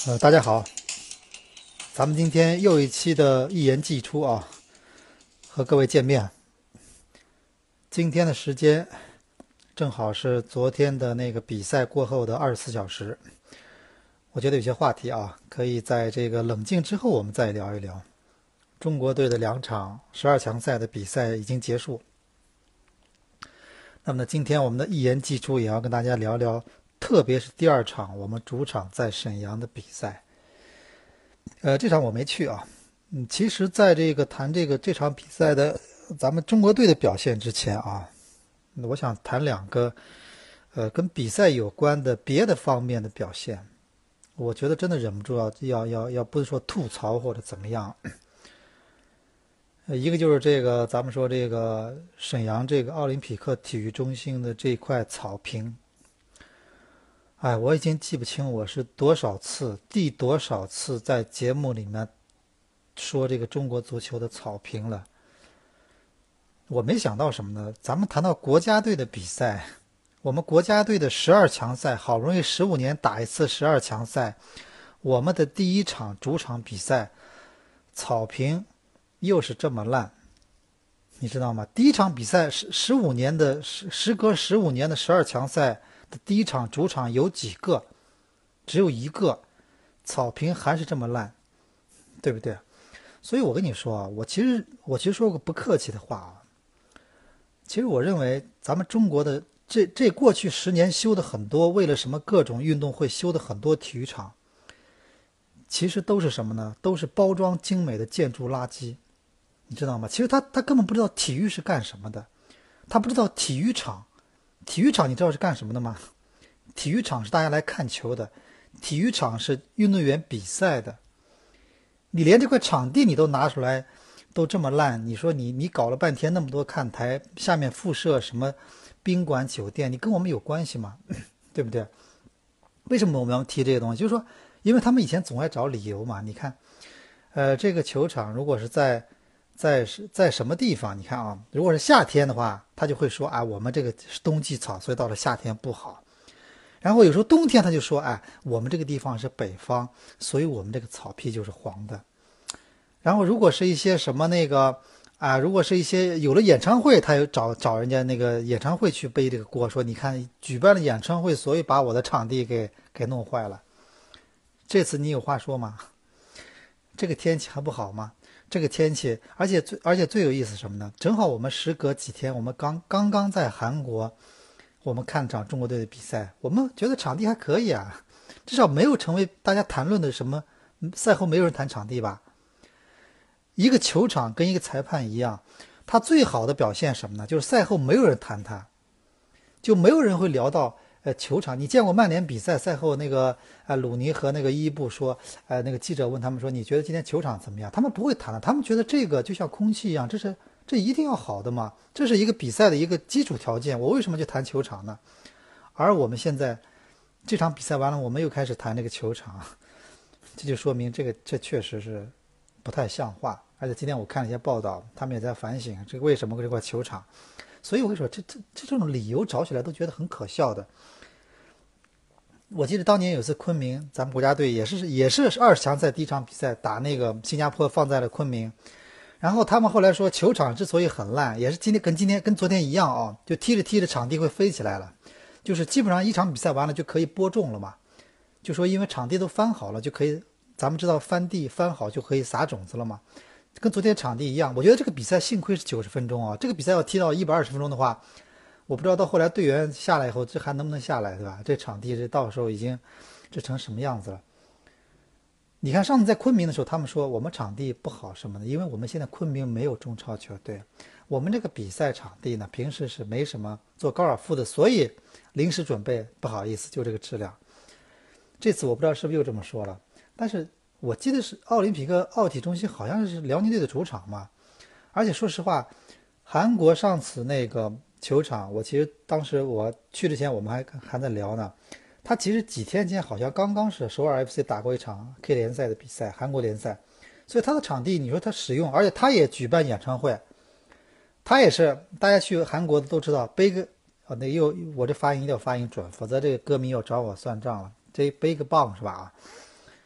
大家好，咱们今天又一期的一言既出啊，和各位见面。今天的时间正好是昨天的那个比赛过后的24小时，我觉得有些话题啊，可以在这个冷静之后我们再聊一聊。中国队的2场12强赛的比赛已经结束，那么呢，今天我们的一言既出也要跟大家聊聊，特别是第2场我们主场在沈阳的比赛。这场我没去啊。其实，在这个谈这场比赛的咱们中国队的表现之前啊，我想谈两个跟比赛有关的别的方面的表现。我觉得真的忍不住要不是说吐槽或者怎么样。一个就是这个咱们说这个沈阳这个奥林匹克体育中心的这块草坪，哎，我已经记不清我是第多少次在节目里面说这个中国足球的草坪了。我没想到什么呢？咱们谈到国家队的比赛，我们国家队的12强赛，好不容易15年打一次12强赛，我们的第一场主场比赛，草坪又是这么烂，你知道吗？第一场比赛时隔15年的12强赛的第一场主场有几个？只有一个，草坪还是这么烂，对不对？所以我跟你说啊，我其实说过不客气的话啊。其实我认为咱们中国的这过去10年修的很多，为了什么各种运动会修的很多体育场，其实都是什么呢？都是包装精美的建筑垃圾，你知道吗？其实他根本不知道体育是干什么的，他不知道体育场，体育场你知道是干什么的吗？体育场是大家来看球的，体育场是运动员比赛的。你连这块场地你都拿出来，都这么烂，你说你搞了半天那么多看台，下面附设什么宾馆酒店，你跟我们有关系吗？对不对？为什么我们要提这些东西？就是说，因为他们以前总爱找理由嘛。你看，这个球场如果是在什么地方？你看啊，如果是夏天的话，他就会说啊，我们这个是冬季草，所以到了夏天不好。然后有时候冬天他就说，哎，我们这个地方是北方，所以我们这个草皮就是黄的。然后如果是一些什么那个啊，如果是一些有了演唱会，他又找人家那个演唱会去背这个锅，说你看举办了演唱会，所以把我的场地给弄坏了。这次你有话说吗？这个天气还不好吗？这个天气，而且最有意思是什么呢？正好我们时隔几天，我们刚刚在韩国，我们看场中国队的比赛，我们觉得场地还可以啊，至少没有成为大家谈论的什么。赛后没有人谈场地吧？一个球场跟一个裁判一样，他最好的表现什么呢？就是赛后没有人谈他，就没有人会聊到球场。你见过曼联比赛赛后那个鲁尼和那个伊布说，那个记者问他们说，你觉得今天球场怎么样？他们不会谈的，他们觉得这个就像空气一样，这一定要好的嘛，这是一个比赛的一个基础条件。我为什么去谈球场呢？而我们现在这场比赛完了，我们又开始谈这个球场，这就说明这确实是不太像话。而且今天我看了一些报道，他们也在反省这个为什么这块球场。所以我跟你说，这种理由找起来都觉得很可笑的。我记得当年有次昆明，咱们国家队也是20强赛第一场比赛打那个新加坡，放在了昆明。然后他们后来说，球场之所以很烂，也是今天跟昨天一样啊，就踢着踢着场地会飞起来了，就是基本上一场比赛完了就可以播种了嘛。就说因为场地都翻好了，就可以，咱们知道翻地翻好就可以撒种子了嘛。跟昨天场地一样，我觉得这个比赛幸亏是90分钟啊，这个比赛要踢到120分钟的话，我不知道到后来队员下来以后，这还能不能下来，对吧？这场地这到时候已经这成什么样子了？你看上次在昆明的时候，他们说我们场地不好什么的，因为我们现在昆明没有中超球队，我们这个比赛场地呢，平时是没什么做高尔夫的，所以临时准备，不好意思，就这个质量。这次我不知道是不是又这么说了，但是我记得是奥林匹克奥体中心好像是辽宁队的主场嘛，而且说实话，韩国上次那个球场，我其实当时我去之前我们还在聊呢，他其实几天前好像刚刚是首尔 FC 打过一场 K 联赛的比赛，韩国联赛，所以他的场地你说他使用，而且他也举办演唱会，他也是大家去韩国的都知道，背个那我这发音一定要发音准，否则这个歌迷要找我算账了。这背个棒是吧？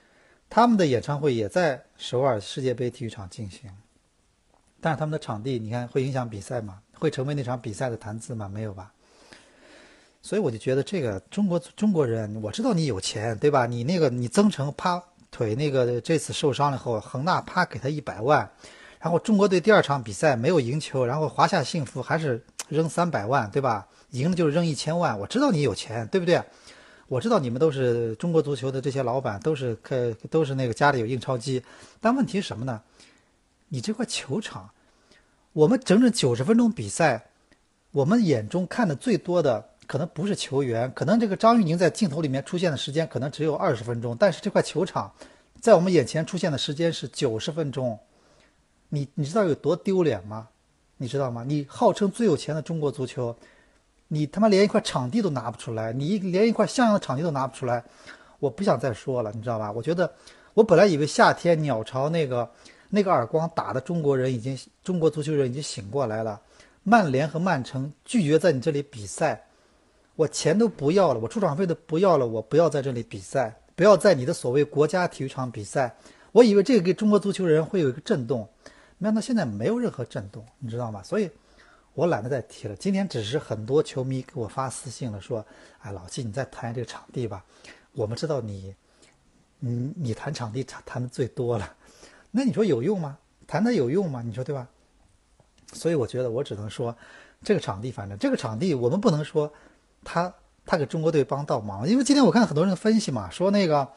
他们的演唱会也在首尔世界杯体育场进行，但是他们的场地，你看会影响比赛吗？会成为那场比赛的谈资吗？没有吧。所以我就觉得这个中国人，我知道你有钱，对吧？你曾诚啪腿那个这次受伤了后，恒大啪给他100万，然后中国队第2场比赛没有赢球，然后华夏幸福还是扔300万，对吧？赢了就是扔1000万。我知道你有钱，对不对？我知道你们都是中国足球的这些老板，都是那个家里有印钞机，但问题是什么呢？你这块球场，我们整整90分钟比赛，我们眼中看的最多的可能不是球员，可能这个张玉宁在镜头里面出现的时间可能只有20分钟，但是这块球场在我们眼前出现的时间是90分钟。你知道有多丢脸吗？你知道吗？你号称最有钱的中国足球，你他妈连一块场地都拿不出来，你连一块像样的场地都拿不出来。我不想再说了，你知道吧？我觉得我本来以为夏天鸟巢那个耳光打的中国足球人已经醒过来了。曼联和曼城拒绝在你这里比赛，我钱都不要了，我出场费都不要了，我不要在这里比赛，不要在你的所谓国家体育场比赛。我以为这个给中国足球人会有一个震动，没想到现在没有任何震动，你知道吗？所以我懒得再提了。今天只是很多球迷给我发私信了，说：“哎，老季，你再谈这个场地吧。我们知道你谈场地谈的最多了，那你说有用吗？谈它有用吗？你说对吧？所以我觉得我只能说，这个场地，反正这个场地我们不能说他给中国队帮倒忙，因为今天我看很多人分析嘛，说那个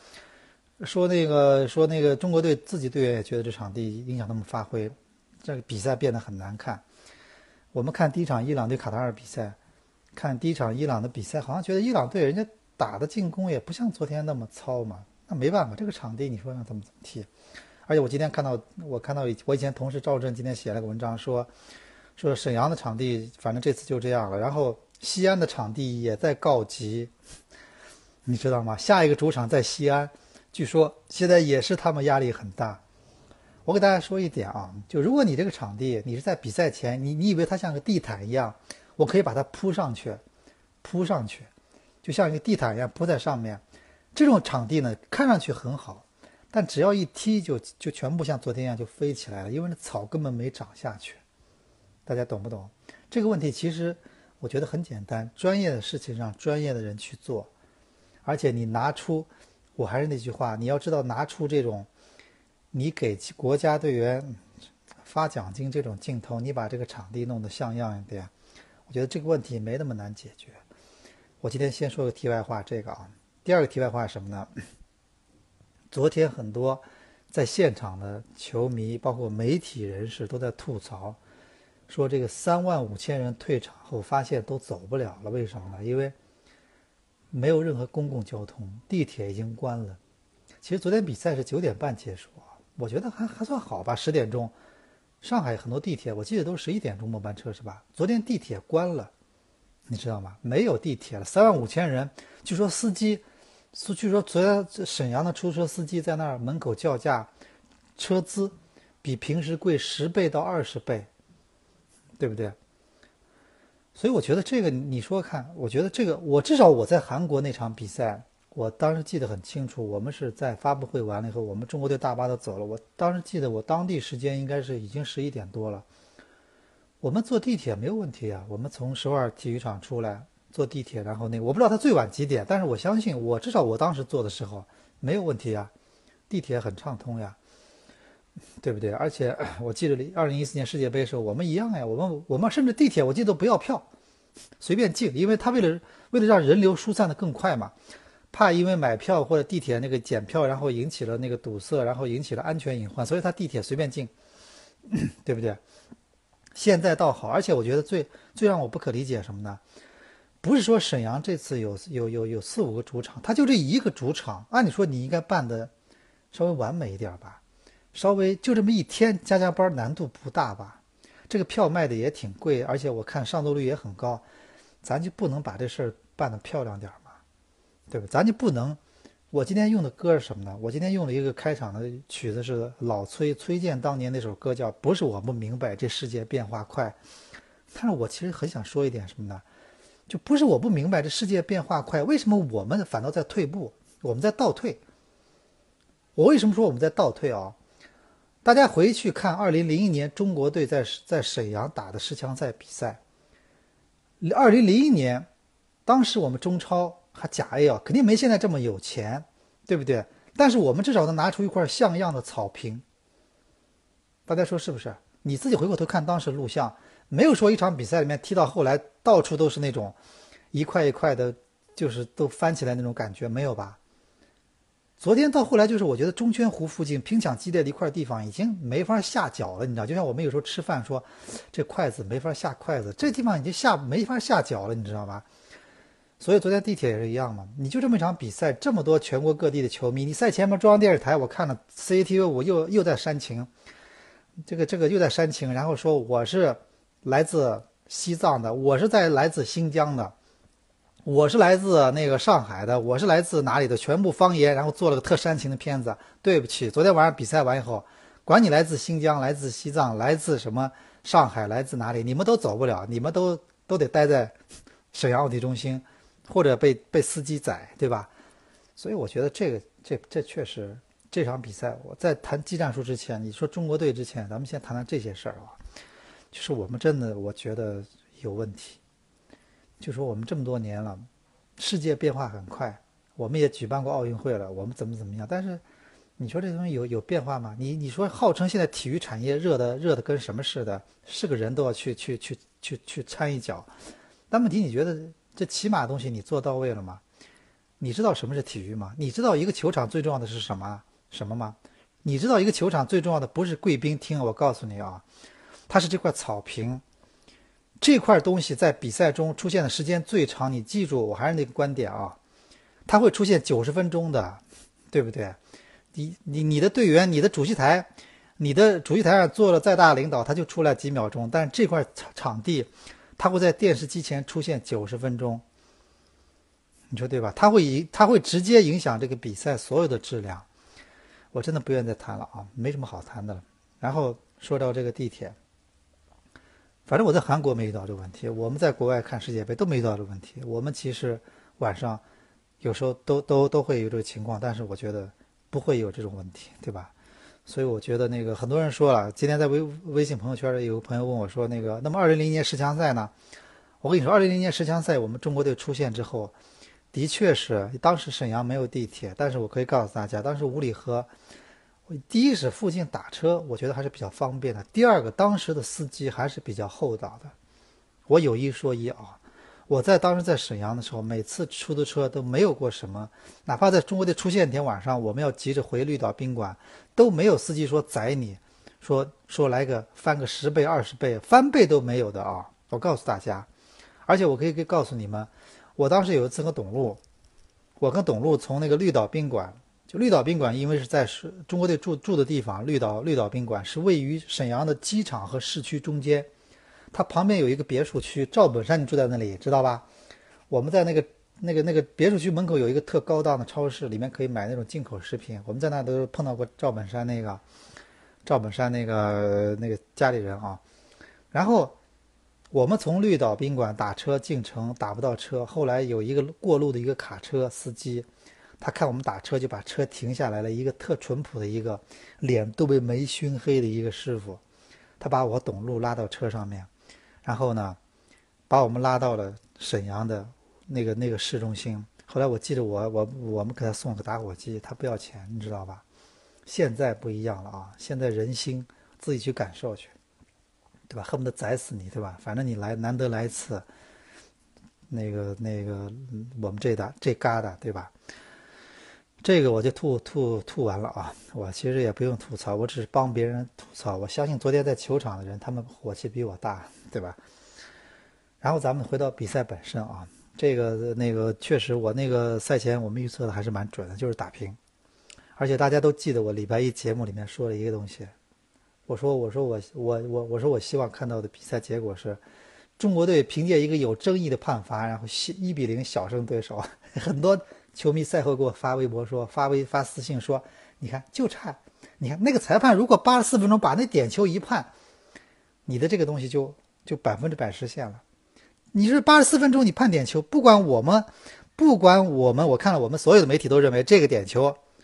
中国队自己队员也觉得这场地影响他们发挥，这个比赛变得很难看。我们看第一场伊朗对卡塔尔比赛，看第一场伊朗的比赛，好像觉得伊朗队人家打的进攻也不像昨天那么糙嘛。那没办法，这个场地你说让怎么踢？而且我今天看到我以前同事赵震今天写了个文章说沈阳的场地反正这次就这样了，然后西安的场地也在告急，你知道吗？下一个主场在西安，据说现在也是他们压力很大。我给大家说一点啊，就如果你这个场地你是在比赛前，你以为它像个地毯一样，我可以把它铺上去，就像一个地毯一样铺在上面，这种场地呢看上去很好，但只要一踢就全部像昨天一样就飞起来了，因为那草根本没长下去。大家懂不懂？这个问题其实我觉得很简单，专业的事情让专业的人去做，而且你拿出，我还是那句话，你要知道拿出这种你给国家队员发奖金这种镜头，你把这个场地弄得像样一点，我觉得这个问题没那么难解决。我今天先说个题外话，这个啊，第二个题外话是什么呢？昨天很多在现场的球迷，包括媒体人士都在吐槽，说这个35000人退场后发现都走不了了，为什么呢？因为没有任何公共交通，地铁已经关了。其实昨天比赛是9点半结束，我觉得还算好吧，10点钟。上海很多地铁我记得都11点钟末班车是吧？昨天地铁关了，你知道吗？没有地铁了，35000人。据说昨天沈阳的出租车司机在那儿门口叫价，车资比平时贵10倍到20倍，对不对？所以我觉得这个你说看，我觉得这个至少我在韩国那场比赛，我当时记得很清楚，我们是在发布会完了以后，我们中国队大巴都走了，我当时记得我当地时间应该是已经11点多了，我们坐地铁没有问题啊，我们从首尔体育场出来坐地铁，然后我不知道他最晚几点，但是我相信至少我当时坐的时候没有问题啊，地铁很畅通呀，对不对？而且我记得2014年世界杯的时候，我们一样呀，我们甚至地铁我记得都不要票，随便进，因为他为了让人流疏散的更快嘛，怕因为买票或者地铁那个检票，然后引起了那个堵塞，然后引起了安全隐患，所以他地铁随便进，对不对？现在倒好，而且我觉得最让我不可理解什么呢？不是说沈阳这次有4-5个主场，他就这一个主场，按理说你应该办的稍微完美一点吧，稍微就这么一天加班难度不大吧？这个票卖的也挺贵，而且我看上座率也很高，咱就不能把这事儿办得漂亮点吗？对吧？咱就不能。我今天用的歌是什么呢？我今天用了一个开场的曲子是老崔健当年那首歌叫不是我不明白这世界变化快，但是我其实很想说一点什么呢？就不是我不明白这世界变化快，为什么我们反倒在退步，我们在倒退？ 我为什么说我们在倒退啊？大家回去看2001年中国队在沈阳打的世强赛比赛。2001年，当时我们中超还甲 A 啊，肯定没现在这么有钱，对不对？但是我们至少能拿出一块像样的草坪，大家说是不是？你自己回过头看当时录像，没有说一场比赛里面踢到后来到处都是那种一块一块的，就是都翻起来那种感觉，没有吧？昨天到后来，就是我觉得中圈湖附近拼抢激烈的一块地方已经没法下脚了，你知道？就像我们有时候吃饭说，这筷子没法下筷子，这地方已经没法下脚了，你知道吧？所以昨天地铁也是一样嘛，你就这么一场比赛，这么多全国各地的球迷，你赛前面中央电视台我看了 CCTV5又在煽情，这个又在煽情，然后说我是来自西藏的，我是来自新疆的，我是来自那个上海的，我是来自哪里的，全部方言，然后做了个特煽情的片子。对不起，昨天晚上比赛完以后，管你来自新疆、来自西藏、来自什么上海、来自哪里，你们都走不了，你们都得待在沈阳奥体中心，或者被司机宰，对吧？所以我觉得这确实这场比赛，我在谈技战术之前，你说中国队之前，咱们先谈谈这些事儿啊。就是我们真的，我觉得有问题。就说我们这么多年了，世界变化很快，我们也举办过奥运会了，我们怎么样？但是你说这东西有变化吗？你说号称现在体育产业热的跟什么似的，是个人都要去掺一脚。但问题你觉得这起码东西你做到位了吗？你知道什么是体育吗？你知道一个球场最重要的是什么吗？你知道一个球场最重要的不是贵宾厅，我告诉你啊，它是这块草坪。这块东西在比赛中出现的时间最长，你记住，我还是那个观点啊，它会出现90分钟的，对不对？你的队员，你的主席台，你的主席台上做了再大的领导，他就出来几秒钟，但是这块场地，它会在电视机前出现90分钟，你说对吧？它会直接影响这个比赛所有的质量。我真的不愿意再谈了啊，没什么好谈的了。然后说到这个地铁。反正我在韩国没遇到这个问题，我们在国外看世界杯都没遇到这个问题。我们其实晚上有时候都会有这个情况，但是我觉得不会有这种问题，对吧？所以我觉得那个很多人说了，今天在微信朋友圈里有个朋友问我说，那么2001年世强赛呢？我跟你说，2001年世强赛我们中国队出现之后，的确是当时沈阳没有地铁，但是我可以告诉大家，当时五里河第一是附近打车，我觉得还是比较方便的。第二个，当时的司机还是比较厚道的。我有一说一啊，我当时在沈阳的时候，每次出租车都没有过什么，哪怕在中国队出现那天晚上，我们要急着回绿岛宾馆，都没有司机说宰你，说来个翻个10倍20倍，翻倍都没有的啊！我告诉大家，而且我可以告诉你们，我当时有一次和我跟董路从那个绿岛宾馆。就绿岛宾馆，因为是在中国队住的地方，绿岛宾馆是位于沈阳的机场和市区中间，它旁边有一个别墅区，赵本山你住在那里，知道吧？我们在那个别墅区门口有一个特高档的超市，里面可以买那种进口食品。我们在那都碰到过赵本山那个家里人啊。然后我们从绿岛宾馆打车进城，打不到车，后来有一个过路的一个卡车司机。他看我们打车，就把车停下来了。一个特淳朴的一个脸都被煤熏黑的一个师傅，他把我董路拉到车上面，然后呢，把我们拉到了沈阳的那个市中心。后来我记得我们给他送了个打火机，他不要钱，你知道吧？现在不一样了啊！现在人心自己去感受去，对吧？恨不得宰死你，对吧？反正你难得来一次，我们这疙瘩，对吧？这个我就吐完了啊！我其实也不用吐槽，我只是帮别人吐槽。我相信昨天在球场的人，他们火气比我大，对吧？然后咱们回到比赛本身啊，确实我那个赛前我们预测的还是蛮准的，就是打平。而且大家都记得我礼拜一节目里面说了一个东西，我希望看到的比赛结果是，中国队凭借一个有争议的判罚，然后1-0小胜对手。很多球迷赛后给我发微博说，发私信说，你看就差，你看那个裁判如果84分钟把那点球一判，你的这个东西就100%实现了。你是84分钟你判点球，不管我们，我看了我们所有的媒体都认为这个点球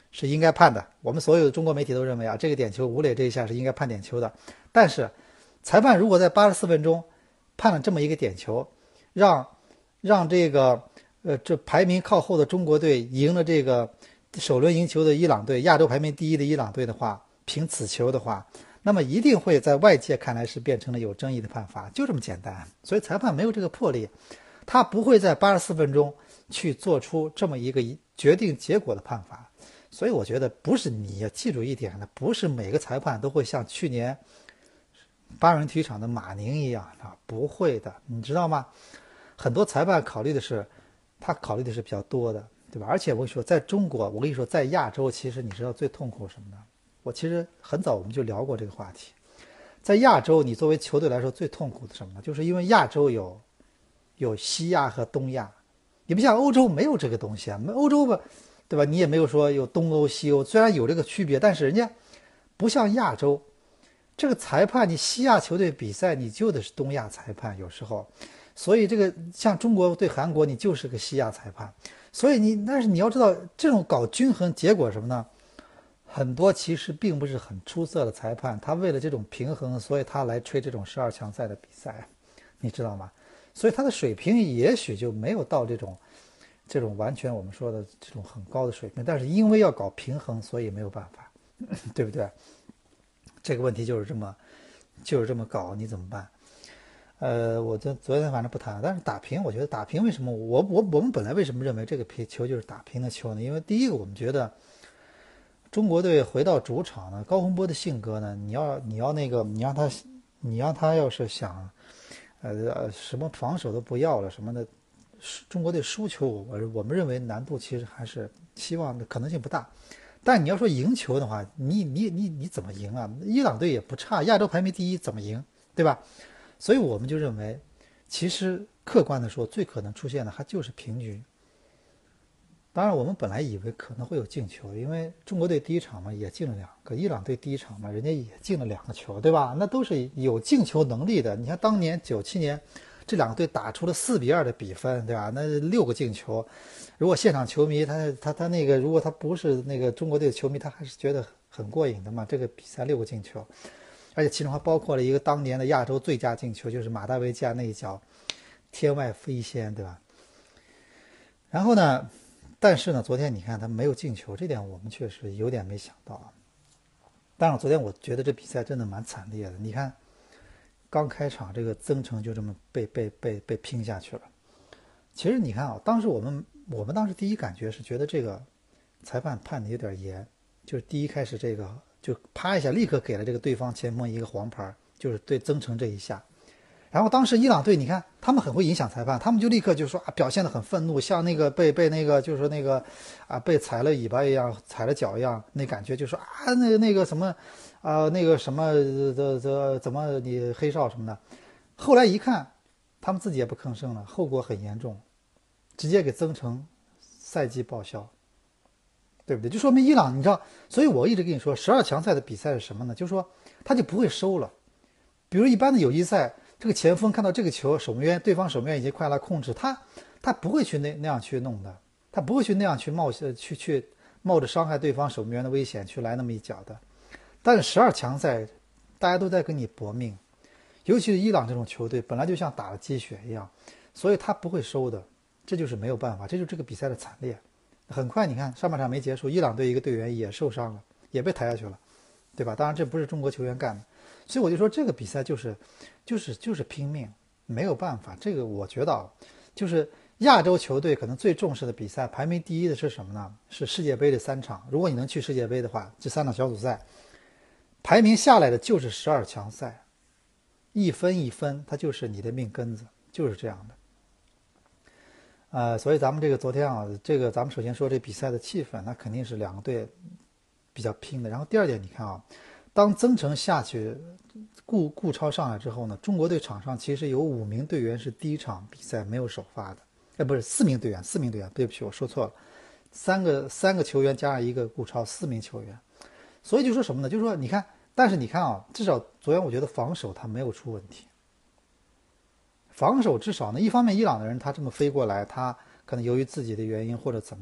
是应该判的，我们所有的中国媒体都认为啊，这个点球吴磊这一下是应该判点球的。但是裁判如果在84分钟判了这么一个点球，让这个这排名靠后的中国队赢了这个首轮赢球的伊朗队，亚洲排名第一的伊朗队的话，凭此球的话，那么一定会在外界看来是变成了有争议的判罚，就这么简单。所以裁判没有这个魄力，他不会在84分钟去做出这么一个决定结果的判罚。所以我觉得不是，你要记住一点呢，不是每个裁判都会像去年八人体育场的马宁一样啊，不会的，你知道吗？很多裁判考虑的是比较多的，对吧？而且我跟你说，在中国，我跟你说，在亚洲，其实你知道最痛苦什么呢？我其实很早我们就聊过这个话题。在亚洲，你作为球队来说最痛苦的什么呢？就是因为亚洲有西亚和东亚，你不像欧洲没有这个东西啊，欧洲吧，对吧？你也没有说有东欧西欧，虽然有这个区别，但是人家不像亚洲，这个裁判你西亚球队比赛你就得是东亚裁判，有时候，所以这个像中国对韩国你就是个西亚裁判，所以但是你要知道这种搞均衡结果什么呢？很多其实并不是很出色的裁判，他为了这种平衡，所以他来吹这种12强赛的比赛，你知道吗？所以他的水平也许就没有到这种完全我们说的这种很高的水平，但是因为要搞平衡，所以没有办法，对不对？这个问题就是这么搞，你怎么办？我昨天反正不谈，但是打平，我觉得打平为什么我们本来为什么认为这个球就是打平的球呢？因为第一个，我们觉得中国队回到主场呢，高洪波的性格呢，你要那个，你让他要是想，什么防守都不要了什么的，中国队输球，我们认为难度其实还是希望的可能性不大。但你要说赢球的话，你怎么赢啊？伊朗队也不差，亚洲排名第一，怎么赢，对吧？所以我们就认为，其实客观的说，最可能出现的还就是平局。当然，我们本来以为可能会有进球，因为中国队第一场嘛也进了2个，伊朗队第一场嘛人家也进了2个球，对吧？那都是有进球能力的。你看当年97年，这2个队打出了4-2的比分，对吧？那6个进球，如果现场球迷他那个，如果他不是那个中国队的球迷，他还是觉得很过瘾的嘛。这个比赛6个进球，而且其中还包括了一个当年的亚洲最佳进球，就是马达维加那一脚天外飞仙，对吧？然后呢？但是呢，昨天你看他没有进球，这点我们确实有点没想到啊。当然，昨天我觉得这比赛真的蛮惨烈的。你看，刚开场这个曾诚就这么被拼下去了。其实你看啊，当时我们当时第一感觉是觉得这个裁判判的有点严，就是第一开始这个就啪一下立刻给了这个对方前锋一个黄牌，就是对曾诚这一下。然后当时伊朗队，你看他们很会影响裁判，他们就立刻就说啊，表现得很愤怒，像那个被那个就是那个啊被踩了尾巴一样，踩了脚一样，那感觉就说啊那个什么啊那个什么怎么你黑哨什么的。后来一看，他们自己也不吭声了，后果很严重，直接给曾诚赛季报销，对不对？就说明伊朗，你知道，所以我一直跟你说，12强赛的比赛是什么呢？就是说他就不会收了。比如一般的友谊赛，这个前锋看到这个球守门员，对方守门员已经快来控制他不会去那样去弄的，他不会去那样去冒着伤害对方守门员的危险去来那么一脚的。但是12强赛，大家都在跟你搏命，尤其是伊朗这种球队，本来就像打了鸡血一样，所以他不会收的，这就是没有办法，这就是这个比赛的惨烈。很快你看上半场没结束，伊朗队一个队员也受伤了，也被抬下去了，对吧？当然这不是中国球员干的。所以我就说这个比赛就是拼命，没有办法。这个我觉得就是亚洲球队可能最重视的比赛，排名第一的是什么呢？是世界杯的3场。如果你能去世界杯的话，这3场小组赛排名下来的就是12强赛，一分一分，它就是你的命根子，就是这样的。所以咱们这个昨天啊，这个咱们首先说这比赛的气氛，那肯定是2个队比较拼的。然后第二点，你看啊，当曾诚下去，顾超上来之后呢，中国队场上其实有5名队员是第一场比赛没有首发的，不是4名队员，对不起，我说错了，3个球员加上一个顾超，4名球员。所以就说什么呢？就是说你看，但是你看啊，至少昨天我觉得防守他没有出问题。防守至少呢，一方面伊朗的人他这么飞过来，他可能由于自己的原因或者怎么样，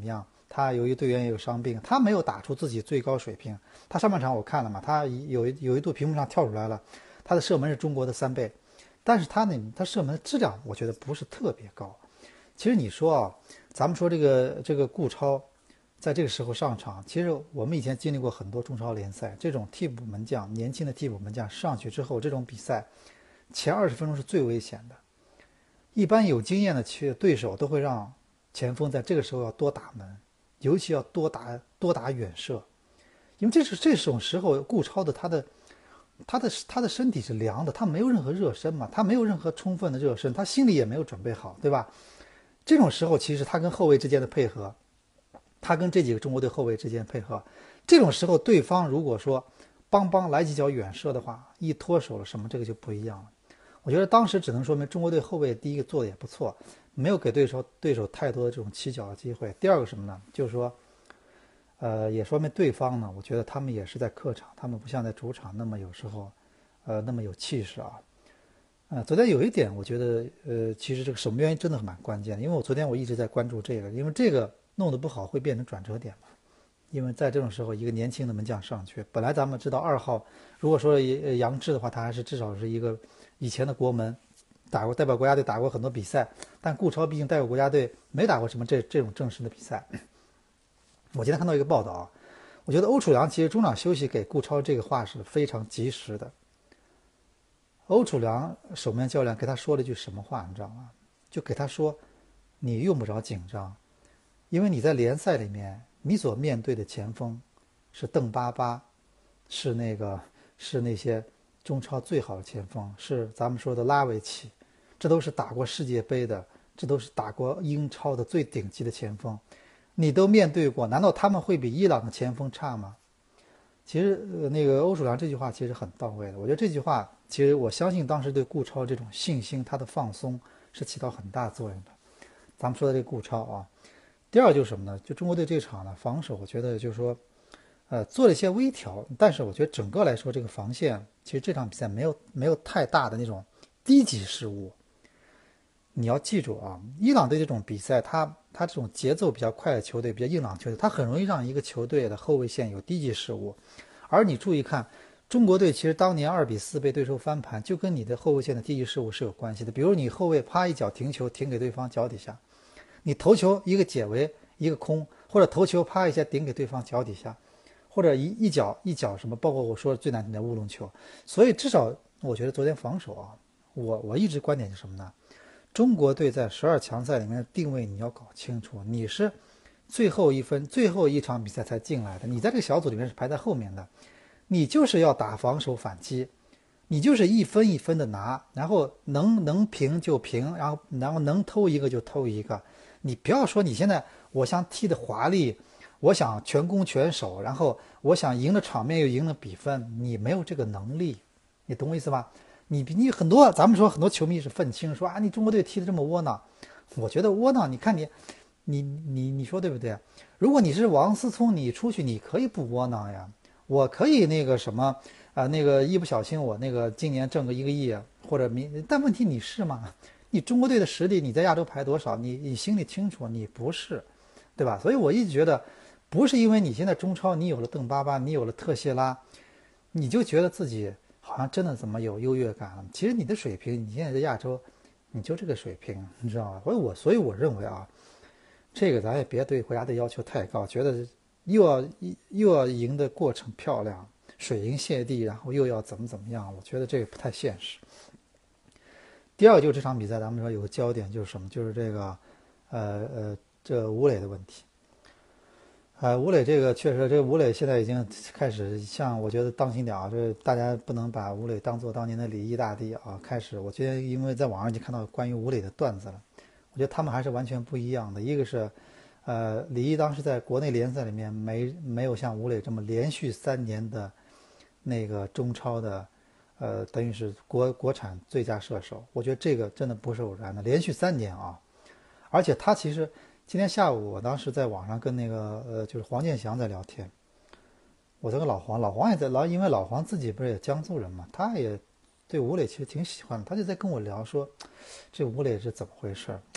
他由于队员也有伤病，他没有打出自己最高水平。他上半场我看了嘛，他有一度屏幕上跳出来了，他的射门是中国的3倍，但是他射门的质量我觉得不是特别高。其实你说啊，咱们说这个顾超在这个时候上场，其实我们以前经历过很多中超联赛，这种替补门将，年轻的替补门将上去之后，这种比赛前20分钟是最危险的。一般有经验的对手都会让前锋在这个时候要多打门，尤其要多打远射，因为这种时候顾超的他的身体是凉的，他没有任何热身嘛，他没有任何充分的热身，他心里也没有准备好，对吧？这种时候其实他跟后卫之间的配合，他跟这几个中国队后卫之间配合，这种时候对方如果说邦来几脚远射的话，一脱手了什么，这个就不一样了。我觉得当时只能说明中国队后卫第一个做的也不错，没有给对手太多的这种起脚的机会。第二个什么呢？就是说，也说明对方呢，我觉得他们也是在客场，他们不像在主场那么有时候，那么有气势啊。昨天有一点，我觉得，其实这个守门员真的蛮关键的，因为昨天我一直在关注这个，因为这个弄得不好会变成转折点嘛。因为在这种时候，一个年轻的门将上去，本来咱们知道2号，如果说杨志的话，他还是至少是一个以前的国门，打过代表国家队，打过很多比赛，但顾超毕竟代表国家队没打过什么这种正式的比赛。我今天看到一个报道，我觉得欧楚良其实中场休息给顾超这个话是非常及时的。欧楚良守门教练给他说了一句什么话，你知道吗？就给他说，你用不着紧张，因为你在联赛里面，你所面对的前锋是邓巴巴，是那些中超最好的前锋，是咱们说的拉维奇，这都是打过世界杯的，这都是打过英超的最顶级的前锋，你都面对过，难道他们会比伊朗的前锋差吗？其实那个欧楚良这句话其实很到位的，我觉得这句话其实我相信当时对顾超这种信心，他的放松是起到很大作用的。咱们说的这个顾超啊，第二就是什么呢？就中国队这场呢防守，我觉得就是说，做了一些微调，但是我觉得整个来说这个防线其实这场比赛没有太大的那种低级失误。你要记住啊，伊朗队这种比赛，他这种节奏比较快的球队，比较硬朗的球队，他很容易让一个球队的后卫线有低级失误。而你注意看，中国队其实当年2-4被对手翻盘，就跟你的后卫线的低级失误是有关系的。比如你后卫啪一脚停球停给对方脚底下，你头球一个解围一个空，或者头球啪一下顶给对方脚底下，或者一脚什么，包括我说的最难听的乌龙球。所以至少我觉得昨天防守啊，我一直观点是什么呢？中国队在12强赛里面的定位你要搞清楚，你是最后一场比赛才进来的，你在这个小组里面是排在后面的，你就是要打防守反击，你就是一分一分的拿，然后能平就平，然后能偷一个就偷一个。你不要说你现在我想踢的华丽，我想全攻全守，然后我想赢了场面又赢了比分，你没有这个能力，你懂我意思吧？你很多，咱们说很多球迷是愤青，说啊你中国队踢得这么窝囊，我觉得窝囊，你看你说对不对？如果你是王思聪，你出去你可以不窝囊呀，我可以那个什么那个一不小心我那个今年挣个1个亿或者但问题你是吗？你中国队的实力你在亚洲排多少？你心里清楚，你不是，对吧？所以我一直觉得，不是因为你现在中超你有了邓巴巴，你有了特谢拉，你就觉得自己好像真的怎么有优越感了？其实你的水平，你现在在亚洲，你就这个水平，你知道吗？所以我认为啊，这个咱也别对国家队要求太高，觉得又要赢的过程漂亮，水银泻地，然后又要怎么样，我觉得这个不太现实。第二个就是这场比赛，咱们说有个焦点就是什么？就是这个，这吴磊的问题。吴磊这个确实，这吴磊现在已经开始像我觉得当心点啊，这大家不能把吴磊当做当年的李毅大帝啊。开始，我觉得因为在网上已经看到关于吴磊的段子了，我觉得他们还是完全不一样的。一个是，李毅当时在国内联赛里面没有像吴磊这么连续3年的那个中超的。等于是国产最佳射手，我觉得这个真的不是偶然的，连续3年啊！而且他其实今天下午，我当时在网上跟那个就是黄健翔在聊天，我在跟老黄也在因为老黄自己不是也江苏人嘛，他也对吴磊其实挺喜欢的，他就在跟我聊说，这吴磊是怎么回事？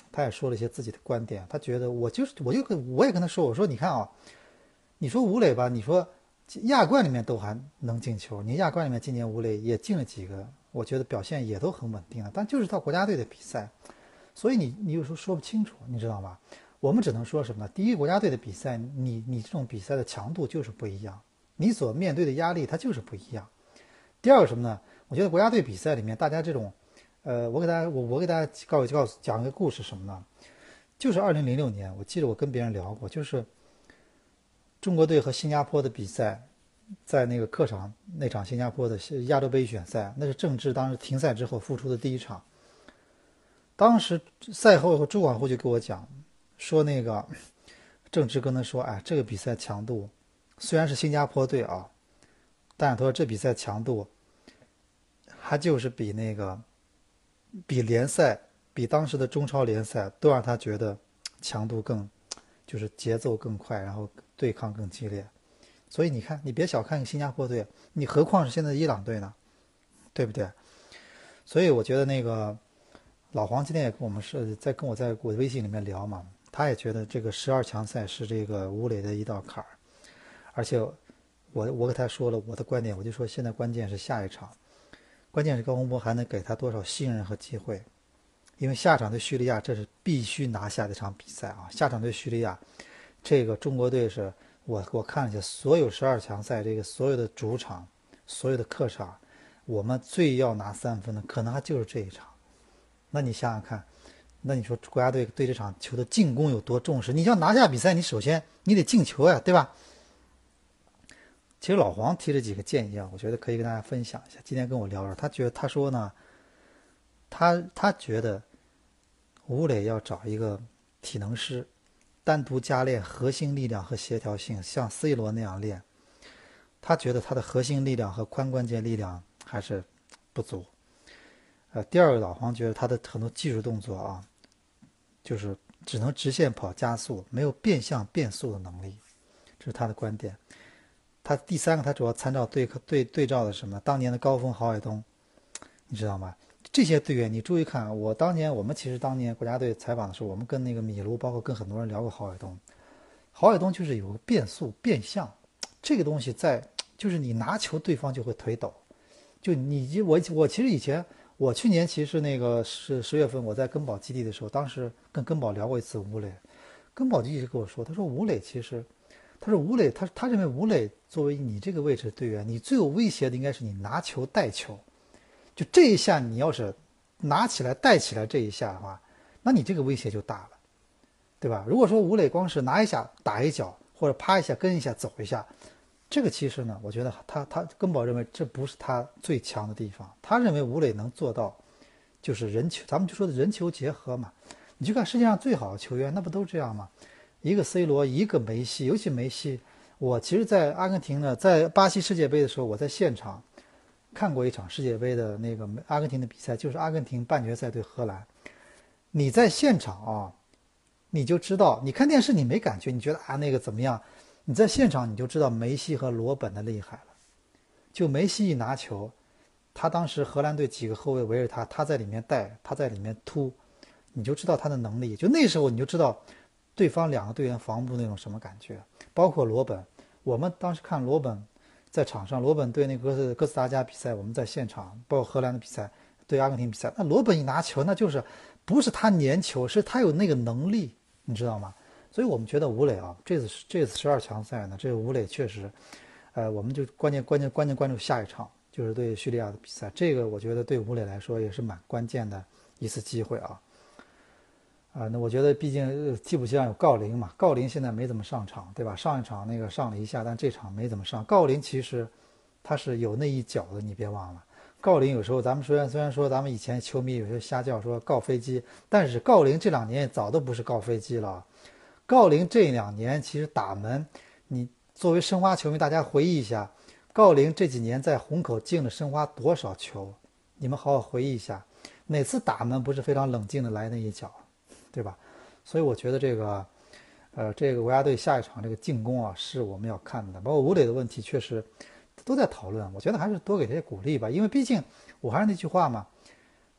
他也说了一些自己的观点。他觉得我也跟他说，我说你看啊，你说吴磊吧，你说亚冠里面都还能进球，你亚冠里面今年吴磊也进了几个，我觉得表现也都很稳定了，但就是到国家队的比赛，所以你有时候说不清楚，你知道吗？我们只能说什么呢？第一，国家队的比赛，你这种比赛的强度就是不一样，你所面对的压力它就是不一样。第二个什么呢？我觉得国家队比赛里面，大家这种，我给大家讲一个故事什么呢？就是2006年，我记得我跟别人聊过，就是中国队和新加坡的比赛，在那个客场那场新加坡的亚洲杯预选赛，那是郑智当时停赛之后复出的第一场。当时赛后朱广沪就跟我讲，说那个郑智跟他说，哎，这个比赛强度虽然是新加坡队啊，但是他说这比赛强度还就是比联赛比当时的中超联赛都让他觉得强度更就是节奏更快，然后对抗更激烈。所以你看，你别小看新加坡队，你何况是现在的伊朗队呢，对不对？所以我觉得那个老黄今天也跟我们是跟我在我的微信里面聊嘛，他也觉得这个12强赛是这个吴磊的一道坎儿，而且我给他说了我的观点，我就说现在关键是下一场，关键是高洪波还能给他多少信任和机会，因为下场对叙利亚这是必须拿下的一场比赛啊！下场对叙利亚，这个中国队是我看了一下所有12强赛这个所有的主场、所有的客场，我们最要拿3分的可能还就是这一场。那你想想看，那你说国家队对这场球的进攻有多重视？你要拿下比赛，你首先你得进球呀，对吧？其实老黄提了几个建议啊，我觉得可以跟大家分享一下。今天跟我聊他说呢，他觉得吴磊要找一个体能师，单独加练核心力量和协调性，像 C 罗那样练。他觉得他的核心力量和髋关节力量还是不足。第二个，老黄觉得他的很多技术动作啊，就是只能直线跑加速，没有变向变速的能力，这是他的观点。他第三个，他主要参照对照的什么？当年的高峰、郝海东，你知道吗？这些队员你注意看，我们其实当年国家队采访的时候，我们跟那个米卢，包括跟很多人聊过郝海东。郝海东就是有个变速变向，这个东西就是你拿球对方就会腿抖。就我其实以前我去年其实那个是10月份我在根宝基地的时候，当时跟根宝聊过一次吴磊，根宝就一直跟我说，他说吴磊其实。他说吴磊，他认为吴磊作为你这个位置的队员，你最有威胁的应该是你拿球带球，就这一下你要是拿起来带起来这一下的话，那你这个威胁就大了，对吧？如果说吴磊光是拿一下打一脚，或者啪一下跟一下走一下，这个其实呢，我觉得他根宝认为这不是他最强的地方，他认为吴磊能做到就是人球，咱们就说的人球结合嘛。你去看世界上最好的球员，那不都这样吗？一个 C 罗，一个梅西，尤其梅西，我其实，在阿根廷呢，在巴西世界杯的时候，我在现场看过一场世界杯的那个阿根廷的比赛，就是阿根廷半决赛对荷兰。你在现场啊，你就知道，你看电视你没感觉，你觉得啊那个怎么样？你在现场你就知道梅西和罗本的厉害了。就梅西一拿球，他当时荷兰队几个后卫围着他，他在里面带，他在里面突，你就知道他的能力。就那时候你就知道。对方两个队员防不住那种什么感觉，包括罗本，我们当时看罗本在场上，罗本对那个哥斯达加比赛，我们在现场，包括荷兰的比赛，对阿根廷比赛，那罗本一拿球，那就是不是他粘球，是他有那个能力，你知道吗？所以我们觉得吴磊啊，这次12强赛呢，这个吴磊确实，我们就关键关注下一场，就是对叙利亚的比赛，这个我觉得对吴磊来说也是蛮关键的一次机会啊。那我觉得毕竟替补席上有郜林嘛，郜林现在没怎么上场，对吧？上一场那个上了一下，但这场没怎么上。郜林其实他是有那一脚的，你别忘了。郜林有时候咱们虽然说咱们以前球迷有些瞎叫说郜飞机，但是郜林这2年早都不是郜飞机了。郜林这2年其实打门，你作为申花球迷，大家回忆一下，郜林这几年在虹口进了申花多少球？你们好好回忆一下，哪次打门不是非常冷静的来那一脚？对吧？所以我觉得这个国家队下一场这个进攻啊，是我们要看的。包括吴磊的问题，确实都在讨论。我觉得还是多给这些鼓励吧，因为毕竟我还是那句话嘛，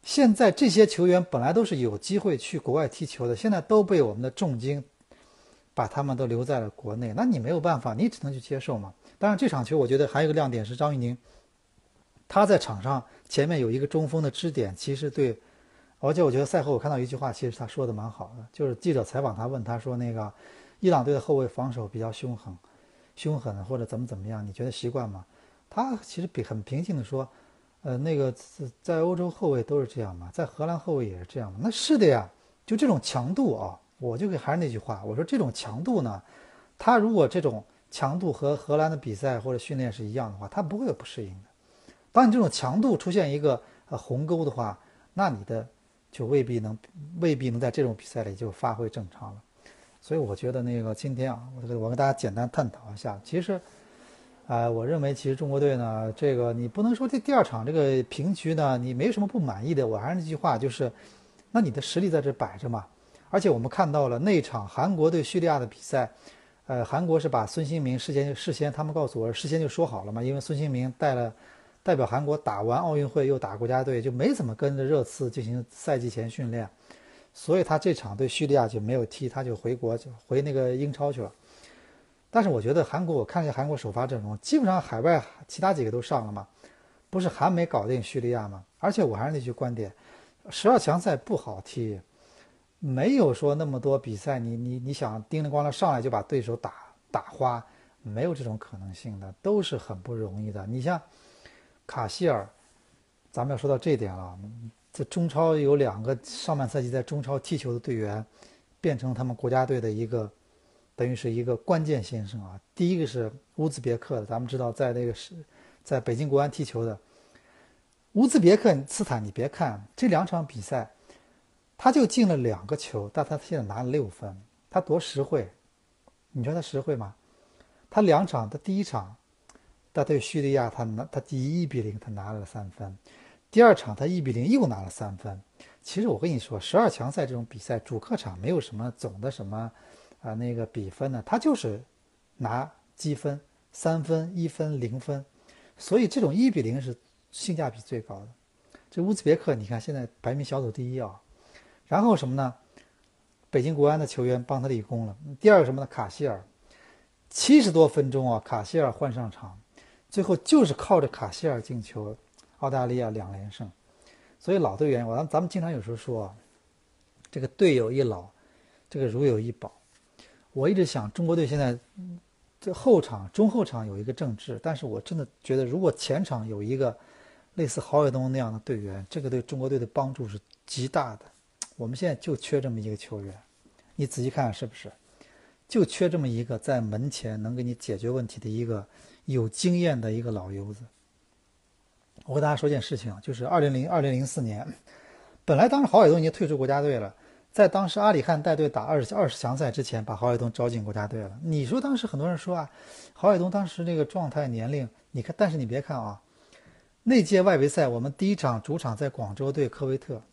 现在这些球员本来都是有机会去国外踢球的，现在都被我们的重金把他们都留在了国内，那你没有办法，你只能去接受嘛。当然这场球我觉得还有一个亮点是张玉宁，他在场上前面有一个中锋的支点，其实对，而且我觉得赛后我看到一句话，其实他说的蛮好的，就是记者采访他问他说那个伊朗队的后卫防守比较凶狠或者怎么样，你觉得习惯吗？他其实很平静的说，那个在欧洲后卫都是这样嘛，在荷兰后卫也是这样嘛。那是的呀，就这种强度啊，我就还是那句话，我说这种强度呢，他如果这种强度和荷兰的比赛或者训练是一样的话，他不会有不适应的。当你这种强度出现一个鸿沟的话，那你的就未必能在这种比赛里就发挥正常了。所以我觉得那个今天啊，我跟大家简单探讨一下，其实我认为其实中国队呢，这个你不能说这第二场这个平局呢，你没什么不满意的。我还是那句话，就是那你的实力在这摆着嘛。而且我们看到了那场韩国对叙利亚的比赛，韩国是把孙兴民事先他们告诉我事先就说好了嘛，因为孙兴民代表韩国打完奥运会又打国家队，就没怎么跟着热刺进行赛季前训练，所以他这场对叙利亚就没有踢，他就回那个英超去了。但是我觉得韩国，我看了一下韩国首发阵容，基本上海外其他几个都上了嘛，不是还没搞定叙利亚吗？而且我还是那句观点，12强赛不好踢，没有说那么多比赛你想叮铃咣啷上来就把对手打花，没有这种可能性的，都是很不容易的。你像卡希尔，咱们要说到这点了，这中超有2个上半赛季在中超踢球的队员，变成他们国家队的一个等于是一个关键先生啊。第一个是乌兹别克的，咱们知道在北京国安踢球的乌兹别克斯坦，你别看这2场比赛，他就进了2个球，但他现在拿了6分，他多实惠？你说他实惠吗？他2场，他第一场他对叙利亚他第1-0他拿了3分，第2场他1-0又拿了3分。其实我跟你说，12强赛这种比赛主客场没有什么总的什么那个比分呢，他就是拿积分，3分、1分、0分，所以这种1-0是性价比最高的。这乌兹别克你看现在排名小组第1啊，然后什么呢？北京国安的球员帮他立功了。第二个什么呢？卡希尔70多分钟啊，卡希尔换上场，最后就是靠着卡希尔进球，澳大利亚2连胜。所以老队员，咱们经常有时候说，这个队友一老，这个如有一宝。我一直想，中国队现在这中后场有一个郑智，但是我真的觉得，如果前场有一个类似郝伟东那样的队员，这个对中国队的帮助是极大的。我们现在就缺这么一个球员，你仔细看看是不是？就缺这么一个在门前能给你解决问题的一个有经验的一个老油子。我跟大家说件事情，就是2004年，本来当时郝伟东已经退出国家队了，在当时阿里汉带队打20强赛之前，把郝伟东招进国家队了。你说当时很多人说郝伟东当时这个状态年龄，你看，但是你别看那届外围赛我们第一场主场在广州对科威特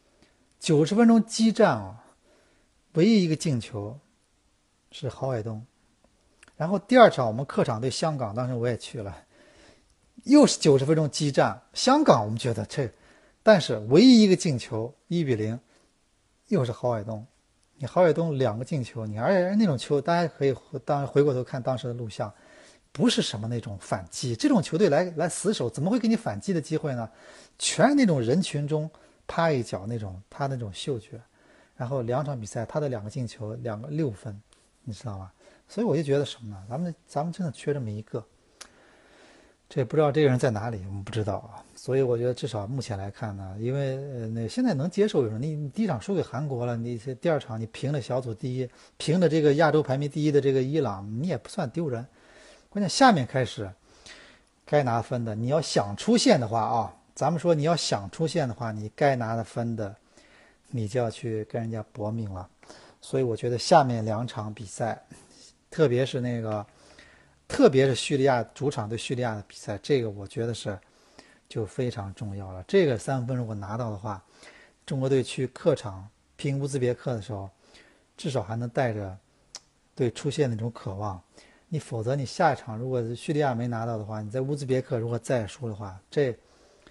，90分钟激战唯一一个进球是郝伟东。然后第2场我们客场对香港，当时我也去了，又是90分钟激战，香港我们觉得但是唯一一个进球1-0，又是郝伟东。你郝伟东2个进球，而且那种球大家可以当然回过头看当时的录像，不是什么那种反击，这种球队来死守，怎么会给你反击的机会呢？全是那种人群中啪一脚他那种嗅觉。然后2场比赛他的2个进球，2个6分，你知道吗？所以我就觉得什么呢？咱们真的缺这么一个，这也不知道这个人在哪里，我们不知道啊。所以我觉得至少目前来看呢，因为那现在能接受一种，你第1场输给韩国了，你第2场你平了小组第1，平了这个亚洲排名第1的这个伊朗，你也不算丢人。关键下面开始该拿分的，你要想出线的话咱们说你要想出线的话，你该拿的分的，你就要去跟人家搏命了。所以我觉得下面2场比赛，特别是叙利亚主场对叙利亚的比赛，这个我觉得是就非常重要了。这个3分如果拿到的话，中国队去客场拼乌兹别克的时候，至少还能带着对出线那种渴望。你否则你下一场如果叙利亚没拿到的话，你在乌兹别克如果再输的话，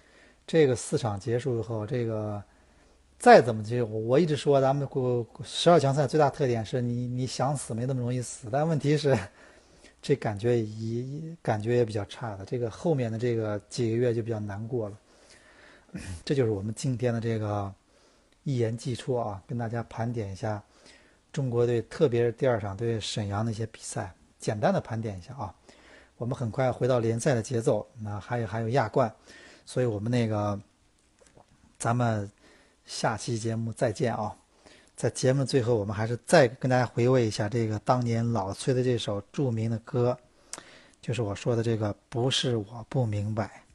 这个4场结束以后，这个再怎么就我一直说咱们12强赛最大特点是你想死没那么容易死，但问题是这感觉也比较差的，这个后面的这个几个月就比较难过了。这就是我们今天的这个一言既出啊，跟大家盘点一下中国队，特别是第2场对沈阳的一些比赛，简单的盘点一下啊。我们很快回到联赛的节奏，那还有亚冠，所以我们咱们下期节目再见啊。在节目的最后，我们还是再跟大家回味一下这个当年老崔的这首著名的歌，就是我说的这个不是我不明白。